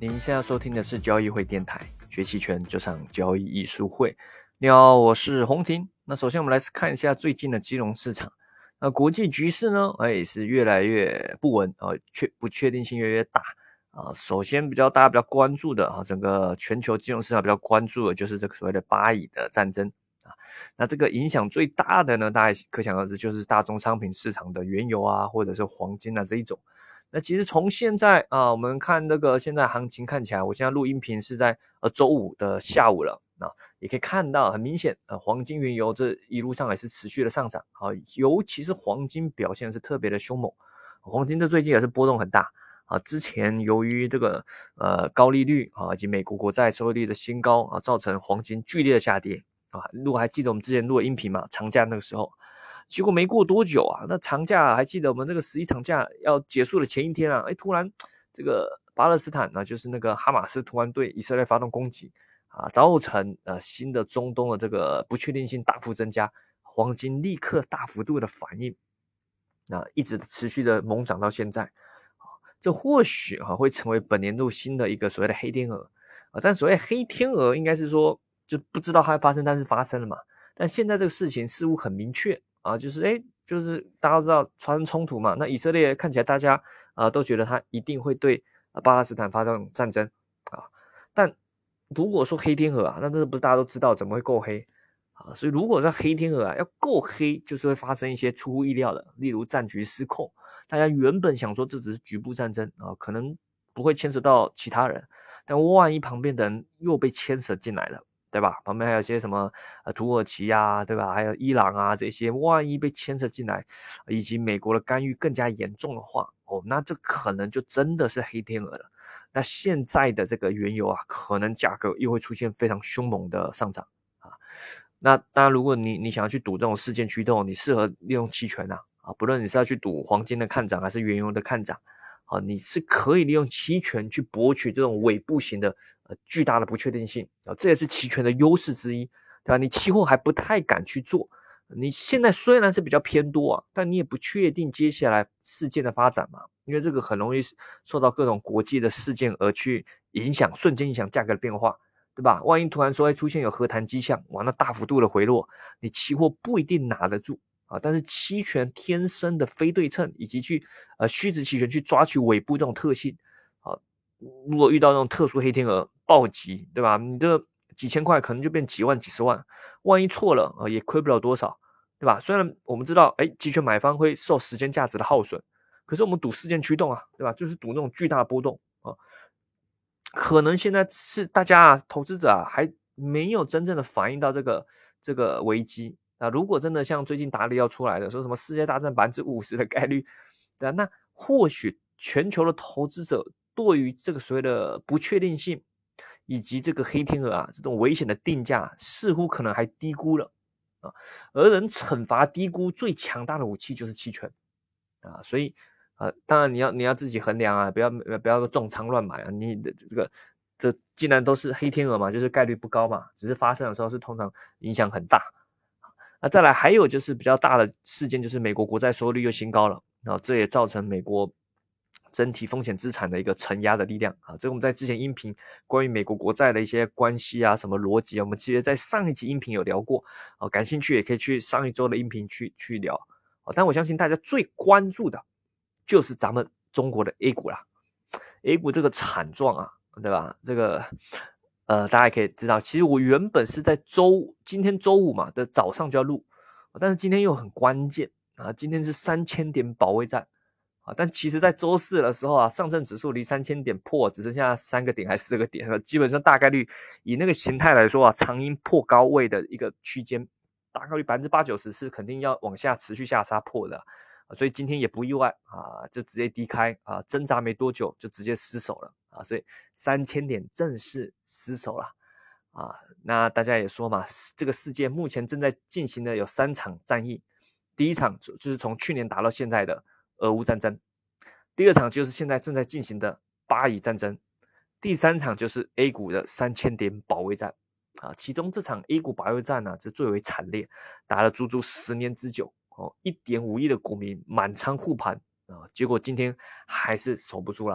您现在收听的是交易会电台，学期权就上交易艺术会。你好，我是洪婷。那首先我们来看一下最近的金融市场。那国际局势呢，是越来越不稳不确定性越来越大首先大家比较关注的整个全球金融市场比较关注的就是这个所谓的巴以的战争那这个影响最大的呢，大家可想而知，就是大宗商品市场的原油或者是黄金这一种。那其实从现在我们看那个现在行情看起来，我现在录音频是在周五的下午了也可以看到很明显黄金原油这一路上也是持续的上涨尤其是黄金表现是特别的凶猛，黄金的最近也是波动很大之前由于这个高利率以及美国国债收益率的新高造成黄金剧烈的下跌如果还记得我们之前录的音频嘛，长假那个时候。结果没过多久那长假还记得我们那个11长假要结束的前一天突然这个巴勒斯坦就是那个哈马斯突然对以色列发动攻击造成新的中东的这个不确定性大幅增加，黄金立刻大幅度的反应一直持续的猛涨到现在这或许会成为本年度新的一个所谓的黑天鹅但所谓黑天鹅应该是说就不知道它会发生，但是发生了嘛。但现在这个事情似乎很明确就是大家都知道发生冲突嘛，那以色列看起来大家都觉得他一定会对巴勒斯坦发动战争但如果说黑天鹅那这不是大家都知道怎么会够黑所以如果是黑天鹅要够黑，就是会发生一些出乎意料的，例如战局失控，大家原本想说这只是局部战争可能不会牵涉到其他人，但万一旁边的人又被牵扯进来了，对吧？旁边还有一些什么土耳其对吧？还有伊朗这些，万一被牵扯进来，以及美国的干预更加严重的话那这可能就真的是黑天鹅了。那现在的这个原油可能价格又会出现非常凶猛的上涨那当然如果你想要去赌这种事件驱动，你适合利用期权不论你是要去赌黄金的看涨还是原油的看涨你是可以利用期权去博取这种尾部型的巨大的不确定性这也是期权的优势之一，对吧？你期货还不太敢去做，你现在虽然是比较偏多但你也不确定接下来事件的发展嘛，因为这个很容易受到各种国际的事件而去瞬间影响价格的变化，对吧？万一突然说出现有和谈迹象，那大幅度的回落，你期货不一定拿得住但是期权天生的非对称以及去虚值期权去抓取尾部这种特性如果遇到那种特殊黑天鹅暴击，对吧？你这几千块可能就变几万几十万，万一错了也亏不了多少，对吧？虽然我们知道期权买方会受时间价值的耗损，可是我们赌事件驱动对吧？就是赌那种巨大的波动可能现在是大家投资者还没有真正的反映到这个危机如果真的像最近达利要出来的说什么世界大战50%的概率那或许全球的投资者对于这个所谓的不确定性以及这个黑天鹅这种危险的定价似乎可能还低估了而能惩罚低估最强大的武器就是期权所以当然你要自己衡量不要重仓乱买你的这既然都是黑天鹅嘛，就是概率不高嘛，只是发生的时候是通常影响很大再来还有就是比较大的事件，就是美国国债收益率又新高了这也造成美国整体风险资产的一个承压的力量这我们在之前音频关于美国国债的一些关系什么逻辑我们其实在上一集音频有聊过感兴趣也可以去上一周的音频去聊但我相信大家最关注的就是咱们中国的 A 股啦 A 股这个惨状对吧这个大家可以知道其实我原本是在今天周五嘛的早上就要录但是今天又很关键今天是3000点保卫战但其实在周四的时候上证指数离3000点破只剩下3个点还是4个点基本上大概率以那个形态来说长阴破高位的一个区间大概率80-90%是肯定要往下持续下杀破的所以今天也不意外就直接低开挣扎没多久就直接失守了所以3000点正式失守了那大家也说嘛，这个世界目前正在进行的有3场战役，第一场就是从去年打到现在的俄乌战争，第二场就是现在正在进行的巴以战争，第三场就是 A 股的3000点保卫战其中这场 A 股保卫战是最为惨烈，打了足足10年之久1.5亿的股民满仓护盘结果今天还是守不住了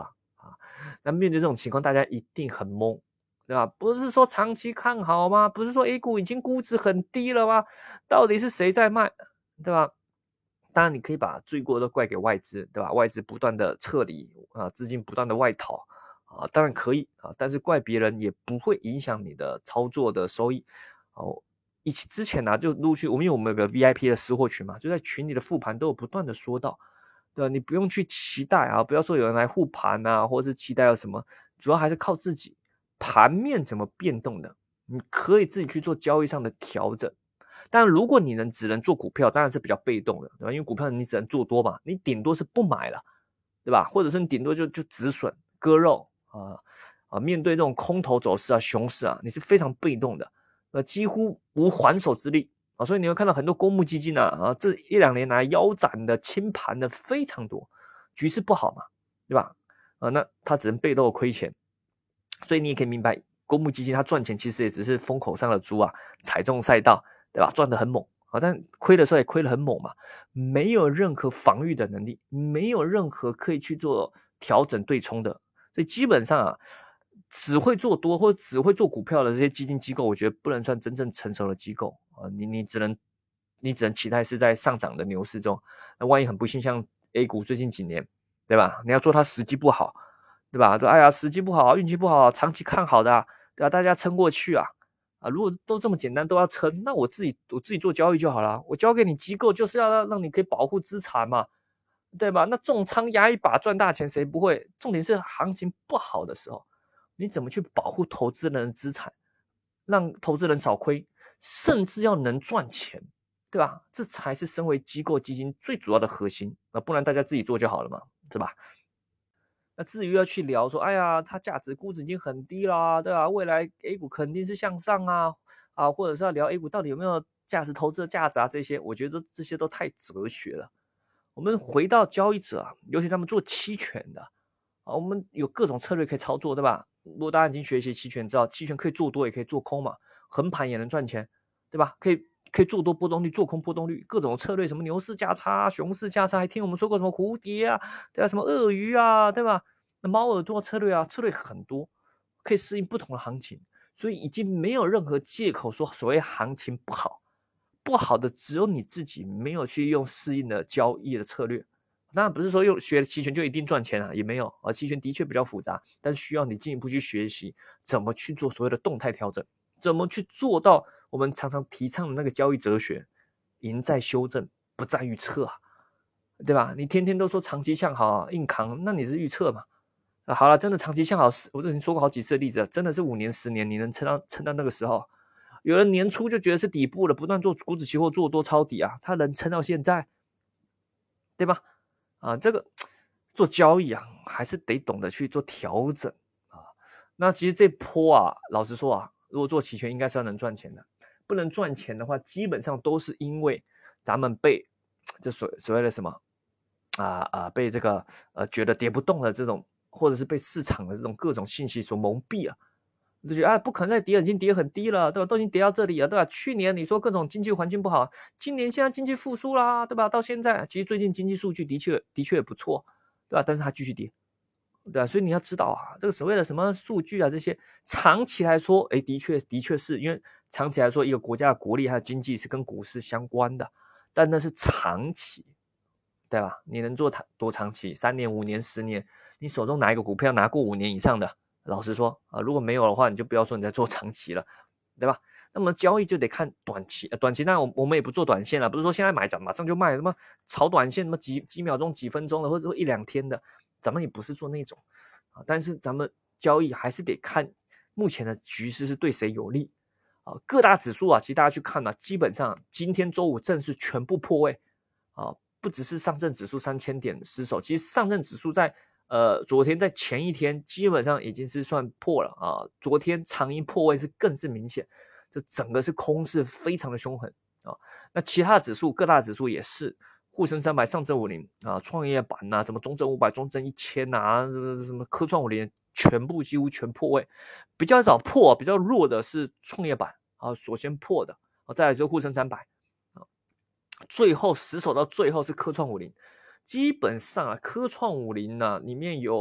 那面对这种情况，大家一定很懵，对吧？不是说长期看好吗？不是说 A 股已经估值很低了吗？到底是谁在卖，对吧？当然，你可以把罪过都怪给外资，对吧？外资不断的撤离资金不断的外逃当然可以但是怪别人也不会影响你的操作的收益之前就陆续因为我们有个 VIP 的私货群嘛，就在群里的复盘都有不断的说到，对吧？你不用去期待不要说有人来护盘或者是期待有什么，主要还是靠自己，盘面怎么变动的，你可以自己去做交易上的调整。但如果你只能做股票，当然是比较被动的，对吧？因为股票你只能做多嘛，你顶多是不买了，对吧？或者是你顶多就止损割肉面对这种空头走势熊市你是非常被动的，几乎无还手之力所以你会看到很多公募基金这一两年来腰斩的清盘的非常多，局势不好嘛，对吧？那他只能被动亏钱，所以你也可以明白，公募基金它赚钱其实也只是风口上的猪踩中赛道，对吧？赚得很猛但亏的时候也亏得很猛嘛，没有任何防御的能力，没有任何可以去做调整对冲的，所以基本上只会做多或者只会做股票的这些基金机构，我觉得不能算真正成熟的机构你只能期待是在上涨的牛市中，那万一很不幸像 A 股最近几年，对吧？你要说它时机不好，对吧？哎呀，时机不好，运气不好，长期看好的对吧？大家撑过去如果都这么简单都要撑，那我自己做交易就好了。我交给你机构就是要让你可以保护资产嘛，对吧？那重仓压一把赚大钱谁不会？重点是行情不好的时候，你怎么去保护投资人的资产，让投资人少亏，甚至要能赚钱，对吧？这才是身为机构基金最主要的核心不然大家自己做就好了嘛，是吧？那至于要去聊说，哎呀，它价值估值已经很低啦，对吧？未来 A 股肯定是向上或者是要聊 A 股到底有没有价值投资的价值这些，我觉得这些都太哲学了。我们回到交易者尤其他们做期权的我们有各种策略可以操作，对吧？如果大家已经学习期权，知道期权可以做多也可以做空嘛，横盘也能赚钱，对吧？可以做多波动率，做空波动率，各种策略，什么牛市价差、熊市价差，还听我们说过什么蝴蝶对吧？什么鳄鱼对吧？那猫耳朵策略策略很多，可以适应不同的行情，所以已经没有任何借口说所谓行情不好，不好的只有你自己没有去用适应的交易的策略。当然不是说学了期权就一定赚钱也没有期权的确比较复杂，但是需要你进一步去学习怎么去做所谓的动态调整，怎么去做到我们常常提倡的那个交易哲学，赢在修正，不在预测对吧？你天天都说长期向好硬扛，那你是预测嘛？好了，真的长期向好，我之前说过好几次的例子，真的是5年10年，你能撑到那个时候？有人年初就觉得是底部了，不断做股指期货做多抄底他能撑到现在，对吧？这个做交易还是得懂得去做调整那其实这波老实说如果做期权应该是要能赚钱的，不能赚钱的话，基本上都是因为咱们被这所谓的什么被这个觉得跌不动的这种，或者是被市场的这种各种信息所蒙蔽就觉得不可能再跌，已经跌很低了，对吧？都已经跌到这里了，对吧？去年你说各种经济环境不好，今年现在经济复苏啦，对吧？到现在其实最近经济数据的确也不错，对吧？但是它继续跌，对吧？所以你要知道这个所谓的什么数据这些长期来说，的确是因为长期来说一个国家的国力还有经济是跟股市相关的，但那是长期，对吧？你能做多长期？3年、5年、10年，你手中哪一个股票拿过5年以上的？老实说如果没有的话，你就不要说你在做长期了，对吧？那么交易就得看短期，短期那我们也不做短线了，不是说现在买马上就卖，什么炒短线，什么几秒钟、几分钟的，或者说1-2天的，咱们也不是做那种但是咱们交易还是得看目前的局势是对谁有利各大指数其实大家去看基本上今天周五正式全部破位不只是上证指数3000点失守，其实上证指数在昨天在前一天基本上已经是算破了昨天长阴破位是更是明显，就整个是空势非常的凶狠那其他的指数各大指数也是，沪深300、上证50创业板什么中证500、中证1000什么科创50全部几乎全破位，比较早破比较弱的是创业板首先破的再来就是沪深300最后死守到最后是科创50，基本上科创50里面有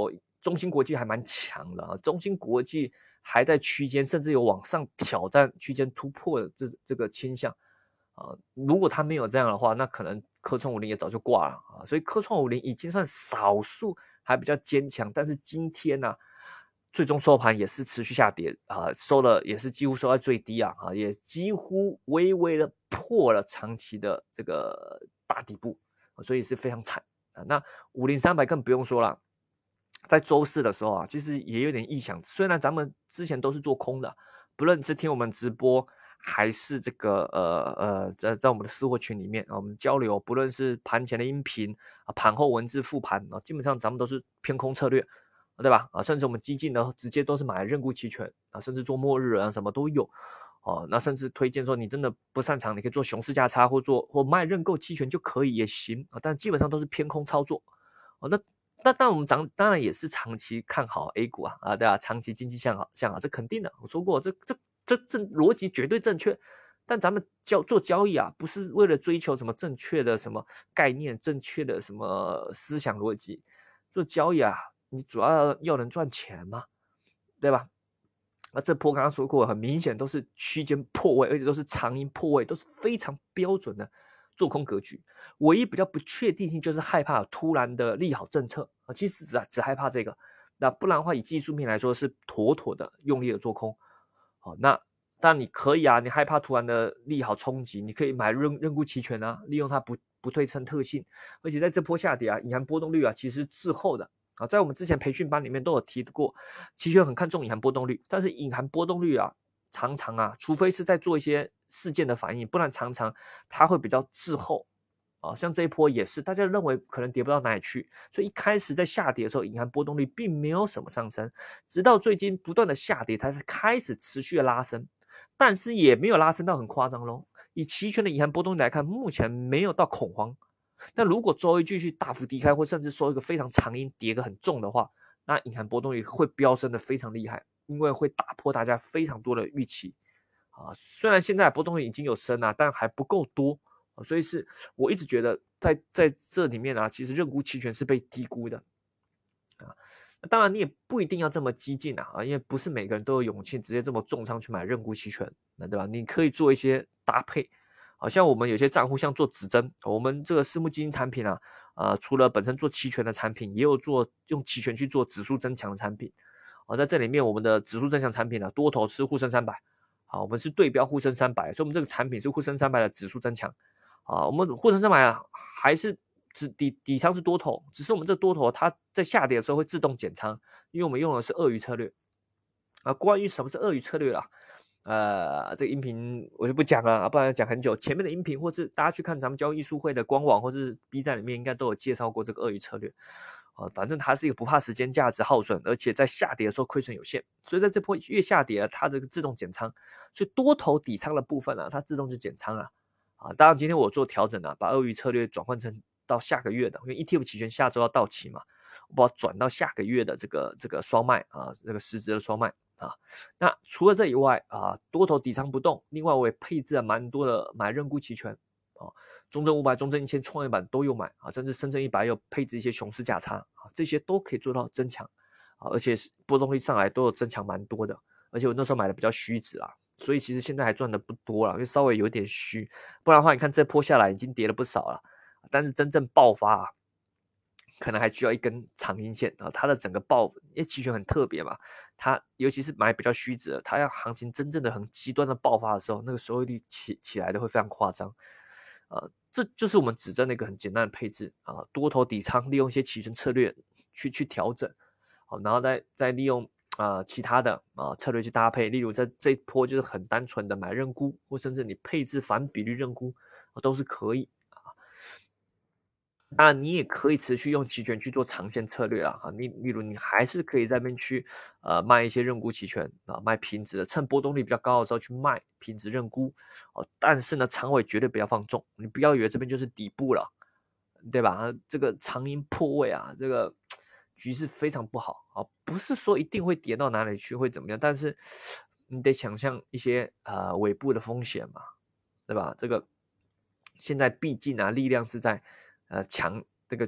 中芯国际还蛮强的啊，中芯国际还在区间，甚至有往上挑战区间突破的这个倾向啊。如果它没有这样的话，那可能科创50也早就挂了啊。所以科创50已经算少数还比较坚强，但是今天呢、最终收盘也是持续下跌啊，收了也是几乎收在最低啊，也几乎微微的破了长期的这个大底部，所以是非常惨啊。那50300更不用说了。在周四的时候啊，其实也有点异想，虽然咱们之前都是做空的，不论是听我们直播还是这个在我们的私货群里面我们交流，不论是盘前的音频啊，盘后文字复盘啊，基本上咱们都是偏空策略，对吧？啊，甚至我们激进呢，直接都是买认沽期权啊，甚至做末日啊，什么都有。哦，那甚至推荐说你真的不擅长，你可以做熊市价差或卖认购期权就可以也行啊，但基本上都是偏空操作。哦，但我们当然也是长期看好 A 股啊，对吧？长期经济向好，这肯定的。我说过，这逻辑绝对正确。但咱们做交易啊，不是为了追求什么正确的什么概念、正确的什么思想逻辑。做交易啊，你主要能赚钱嘛，对吧？那这波刚刚说过，很明显都是区间破位，而且都是长阴破位，都是非常标准的做空格局。唯一比较不确定性就是害怕突然的利好政策啊，其实只害怕这个。那不然的话，以技术面来说是妥妥的用力的做空。好，那当然你可以啊，你害怕突然的利好冲击，你可以买认沽期权啊，利用它不对称特性，而且在这波下跌啊，隐含波动率啊，其实滞后的。啊，在我们之前培训班里面都有提过，期权很看重隐含波动率，但是隐含波动率啊，常常啊，除非是在做一些事件的反应，不然常常它会比较滞后啊。像这一波也是，大家认为可能跌不到哪里去，所以一开始在下跌的时候，隐含波动率并没有什么上升，直到最近不断的下跌，它才开始持续的拉升，但是也没有拉升到很夸张咯。以期权的隐含波动率来看，目前没有到恐慌。那如果周一继续大幅低开，或甚至收一个非常长阴，跌个很重的话，那隐含波动率会飙升的非常厉害，因为会打破大家非常多的预期啊。虽然现在波动率已经有升了，但还不够多，所以是我一直觉得在这里面啊，其实认沽期权是被低估的啊。当然你也不一定要这么激进啊，因为不是每个人都有勇气直接这么重仓去买认沽期权，那对吧？你可以做一些搭配。好像我们有些账户像做指针，我们这个私募基金产品啊，除了本身做期权的产品，也有做用期权去做指数增强的产品。在这里面我们的指数增强产品呢，多头是沪深300，我们是对标沪深300，所以我们这个产品是沪深300的指数增强。我们沪深300啊，还是底仓是多头，只是我们这多头它在下跌的时候会自动减仓，因为我们用的是鳄鱼策略。关于什么是鳄鱼策略啦，这个音频我就不讲了，不然讲很久。前面的音频或是大家去看咱们交易艺术会的官网或是 B 站里面，应该都有介绍过这个鳄鱼策略。反正它是一个不怕时间价值耗损，而且在下跌的时候亏损有限，所以在这波越下跌它这个自动减仓，所以多头底仓的部分它自动就减仓了。当然今天我做调整把鳄鱼策略转换成到下个月的，因为 ETF 期权下周要到期嘛，我把它转到下个月的这个双卖这个实质的双卖。那除了这以外多头底仓不动，另外我也配置了蛮多的买认沽期权中证500、中证1000、创业板都有买甚至深圳100有配置一些熊市价差这些都可以做到增强而且波动率上来都有增强蛮多的，而且我那时候买的比较虚值所以其实现在还赚的不多了，因为稍微有点虚，不然的话你看这波下来已经跌了不少了，但是真正爆发可能还需要一根长阴线它的整个因为期权很特别嘛，它尤其是买比较虚值的，它要行情真正的很极端的爆发的时候，那个收益率起来的会非常夸张这就是我们指针的一个很简单的配置多头底仓，利用一些期权策略去调整然后再利用其他的策略去搭配，例如在这一波就是很单纯的买认沽，或甚至你配置反比率认沽都是可以当然你也可以持续用期权去做长线策略例如你还是可以在那边去卖一些认沽期权卖平值的，趁波动率比较高的时候去卖平值认沽但是呢仓位绝对不要放重，你不要以为这边就是底部了，对吧？这个长阴破位这个局势非常不好不是说一定会跌到哪里去会怎么样，但是你得想象一些尾部的风险嘛，对吧？这个现在毕竟力量是在这个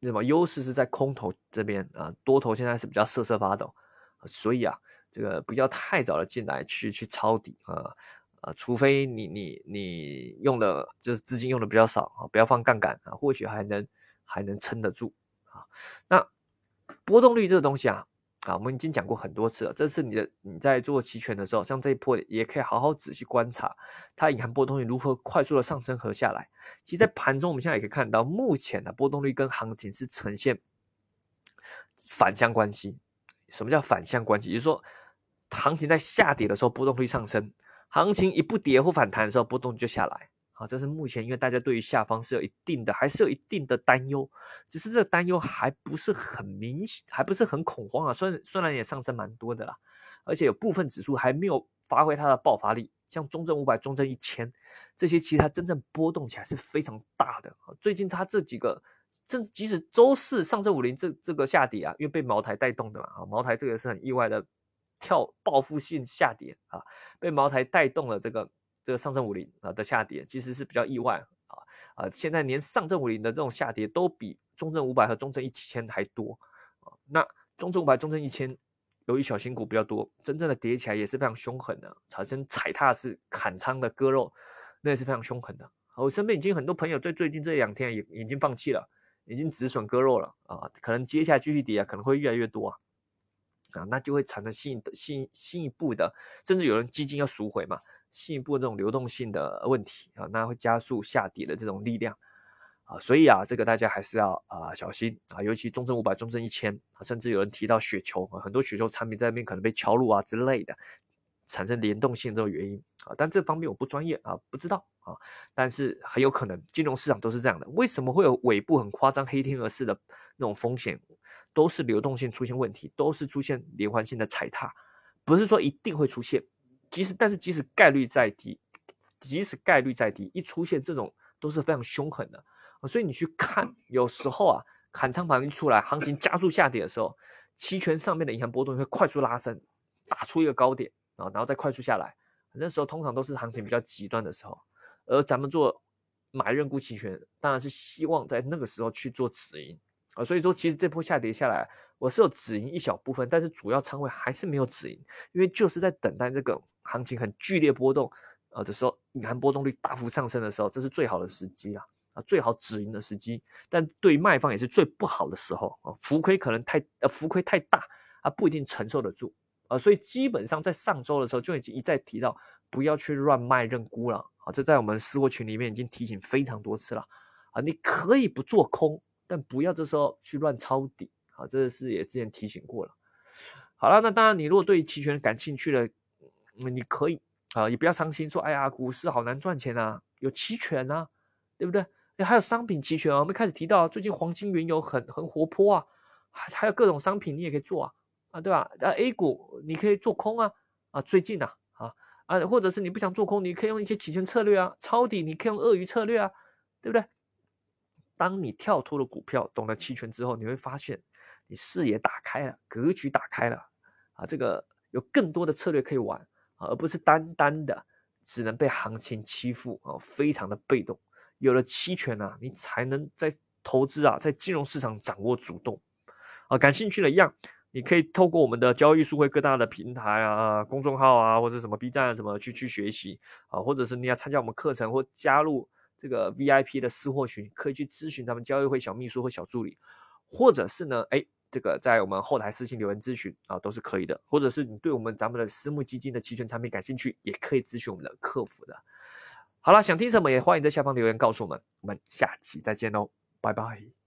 什么优势是在空头这边啊，多头现在是比较瑟瑟发抖，所以啊，这个不要太早的进来去抄底除非你用的就是资金用的比较少啊，不要放杠杆啊，或许还能撑得住啊。那波动率这个东西啊，我们已经讲过很多次了。这是你在做期权的时候，像这一波也可以好好仔细观察它隐含波动率如何快速的上升和下来。其实，在盘中我们现在也可以看到，目前的波动率跟行情是呈现反向关系。什么叫反向关系？也就是说，行情在下跌的时候波动率上升，行情一不跌或反弹的时候波动就下来。好，这是目前因为大家对于下方还是有一定的担忧，只是这个担忧还不是很明显，还不是很恐慌啊。虽然也上升蛮多的啦，而且有部分指数还没有发挥它的爆发力，像中证500、中证1000这些，其实它真正波动起来是非常大的。最近它这几个，即使周四上证50这个下跌啊，因为被茅台带动的嘛，茅台这个是很意外的报复性下跌啊，被茅台带动了这个上证50的下跌，其实是比较意外现在连上证50的这种下跌都比中证500和中证1000还多那中证500、中证1000由于小型股比较多，真正的跌起来也是非常凶狠的，产生踩踏式砍仓的割肉，那也是非常凶狠的。我身边已经很多朋友对最近这2天也已经放弃了，已经止损割肉了可能接下来继续跌可能会越来越多那就会产生进一步的，甚至有人基金要赎回嘛，进一步的这种流动性的问题那会加速下跌的这种力量所以这个大家还是要小心尤其中证500、中证1000甚至有人提到雪球很多雪球产品在那边可能被敲入之类的，产生联动性这种原因但这方面我不专业不知道但是很有可能金融市场都是这样的。为什么会有尾部很夸张黑天鹅式的那种风险？都是流动性出现问题，都是出现连环性的踩踏，不是说一定会出现。但是即使概率再低，一出现这种都是非常凶狠的所以你去看，有时候砍仓盘一出来，行情加速下跌的时候，期权上面的银行波动会快速拉升，打出一个高点然后再快速下来。那时候通常都是行情比较极端的时候，而咱们做买认沽期权，当然是希望在那个时候去做止盈所以说其实这波下跌下来，我是有止盈一小部分，但是主要仓位还是没有止盈，因为就是在等待这个行情很剧烈波动的时候，隐含波动率大幅上升的时候，这是最好的时机最好止盈的时机，但对于卖方也是最不好的时候浮亏可能浮亏太大不一定承受得住所以基本上在上周的时候就已经一再提到不要去乱卖认沽了这在我们私货群里面已经提醒非常多次了你可以不做空，但不要这时候去乱抄底这是也之前提醒过了。好了，那当然你如果对期权感兴趣的你可以也不要伤心说哎呀股市好难赚钱有期权对不对？还有商品期权我们开始提到最近黄金原油很活泼还有各种商品你也可以做对吧？A 股你可以做空最近或者是你不想做空，你可以用一些期权策略抄底你可以用鳄鱼策略对不对？当你跳脱了股票，懂了期权之后，你会发现你视野打开了，格局打开了这个有更多的策略可以玩而不是单单的只能被行情欺负非常的被动。有了期权你才能在投资在金融市场掌握主动感兴趣的一样，你可以透过我们的交易数会各大的平台公众号或者什么 B 站什么去学习或者是你要参加我们课程或加入这个 VIP 的私货群，可以去咨询他们交易会小秘书或小助理，或者是呢这个在我们后台私信留言咨询都是可以的，或者是你对咱们的私募基金的期权产品感兴趣，也可以咨询我们的客服的。好了，想听什么也欢迎在下方留言告诉我们，我们下期再见拜拜。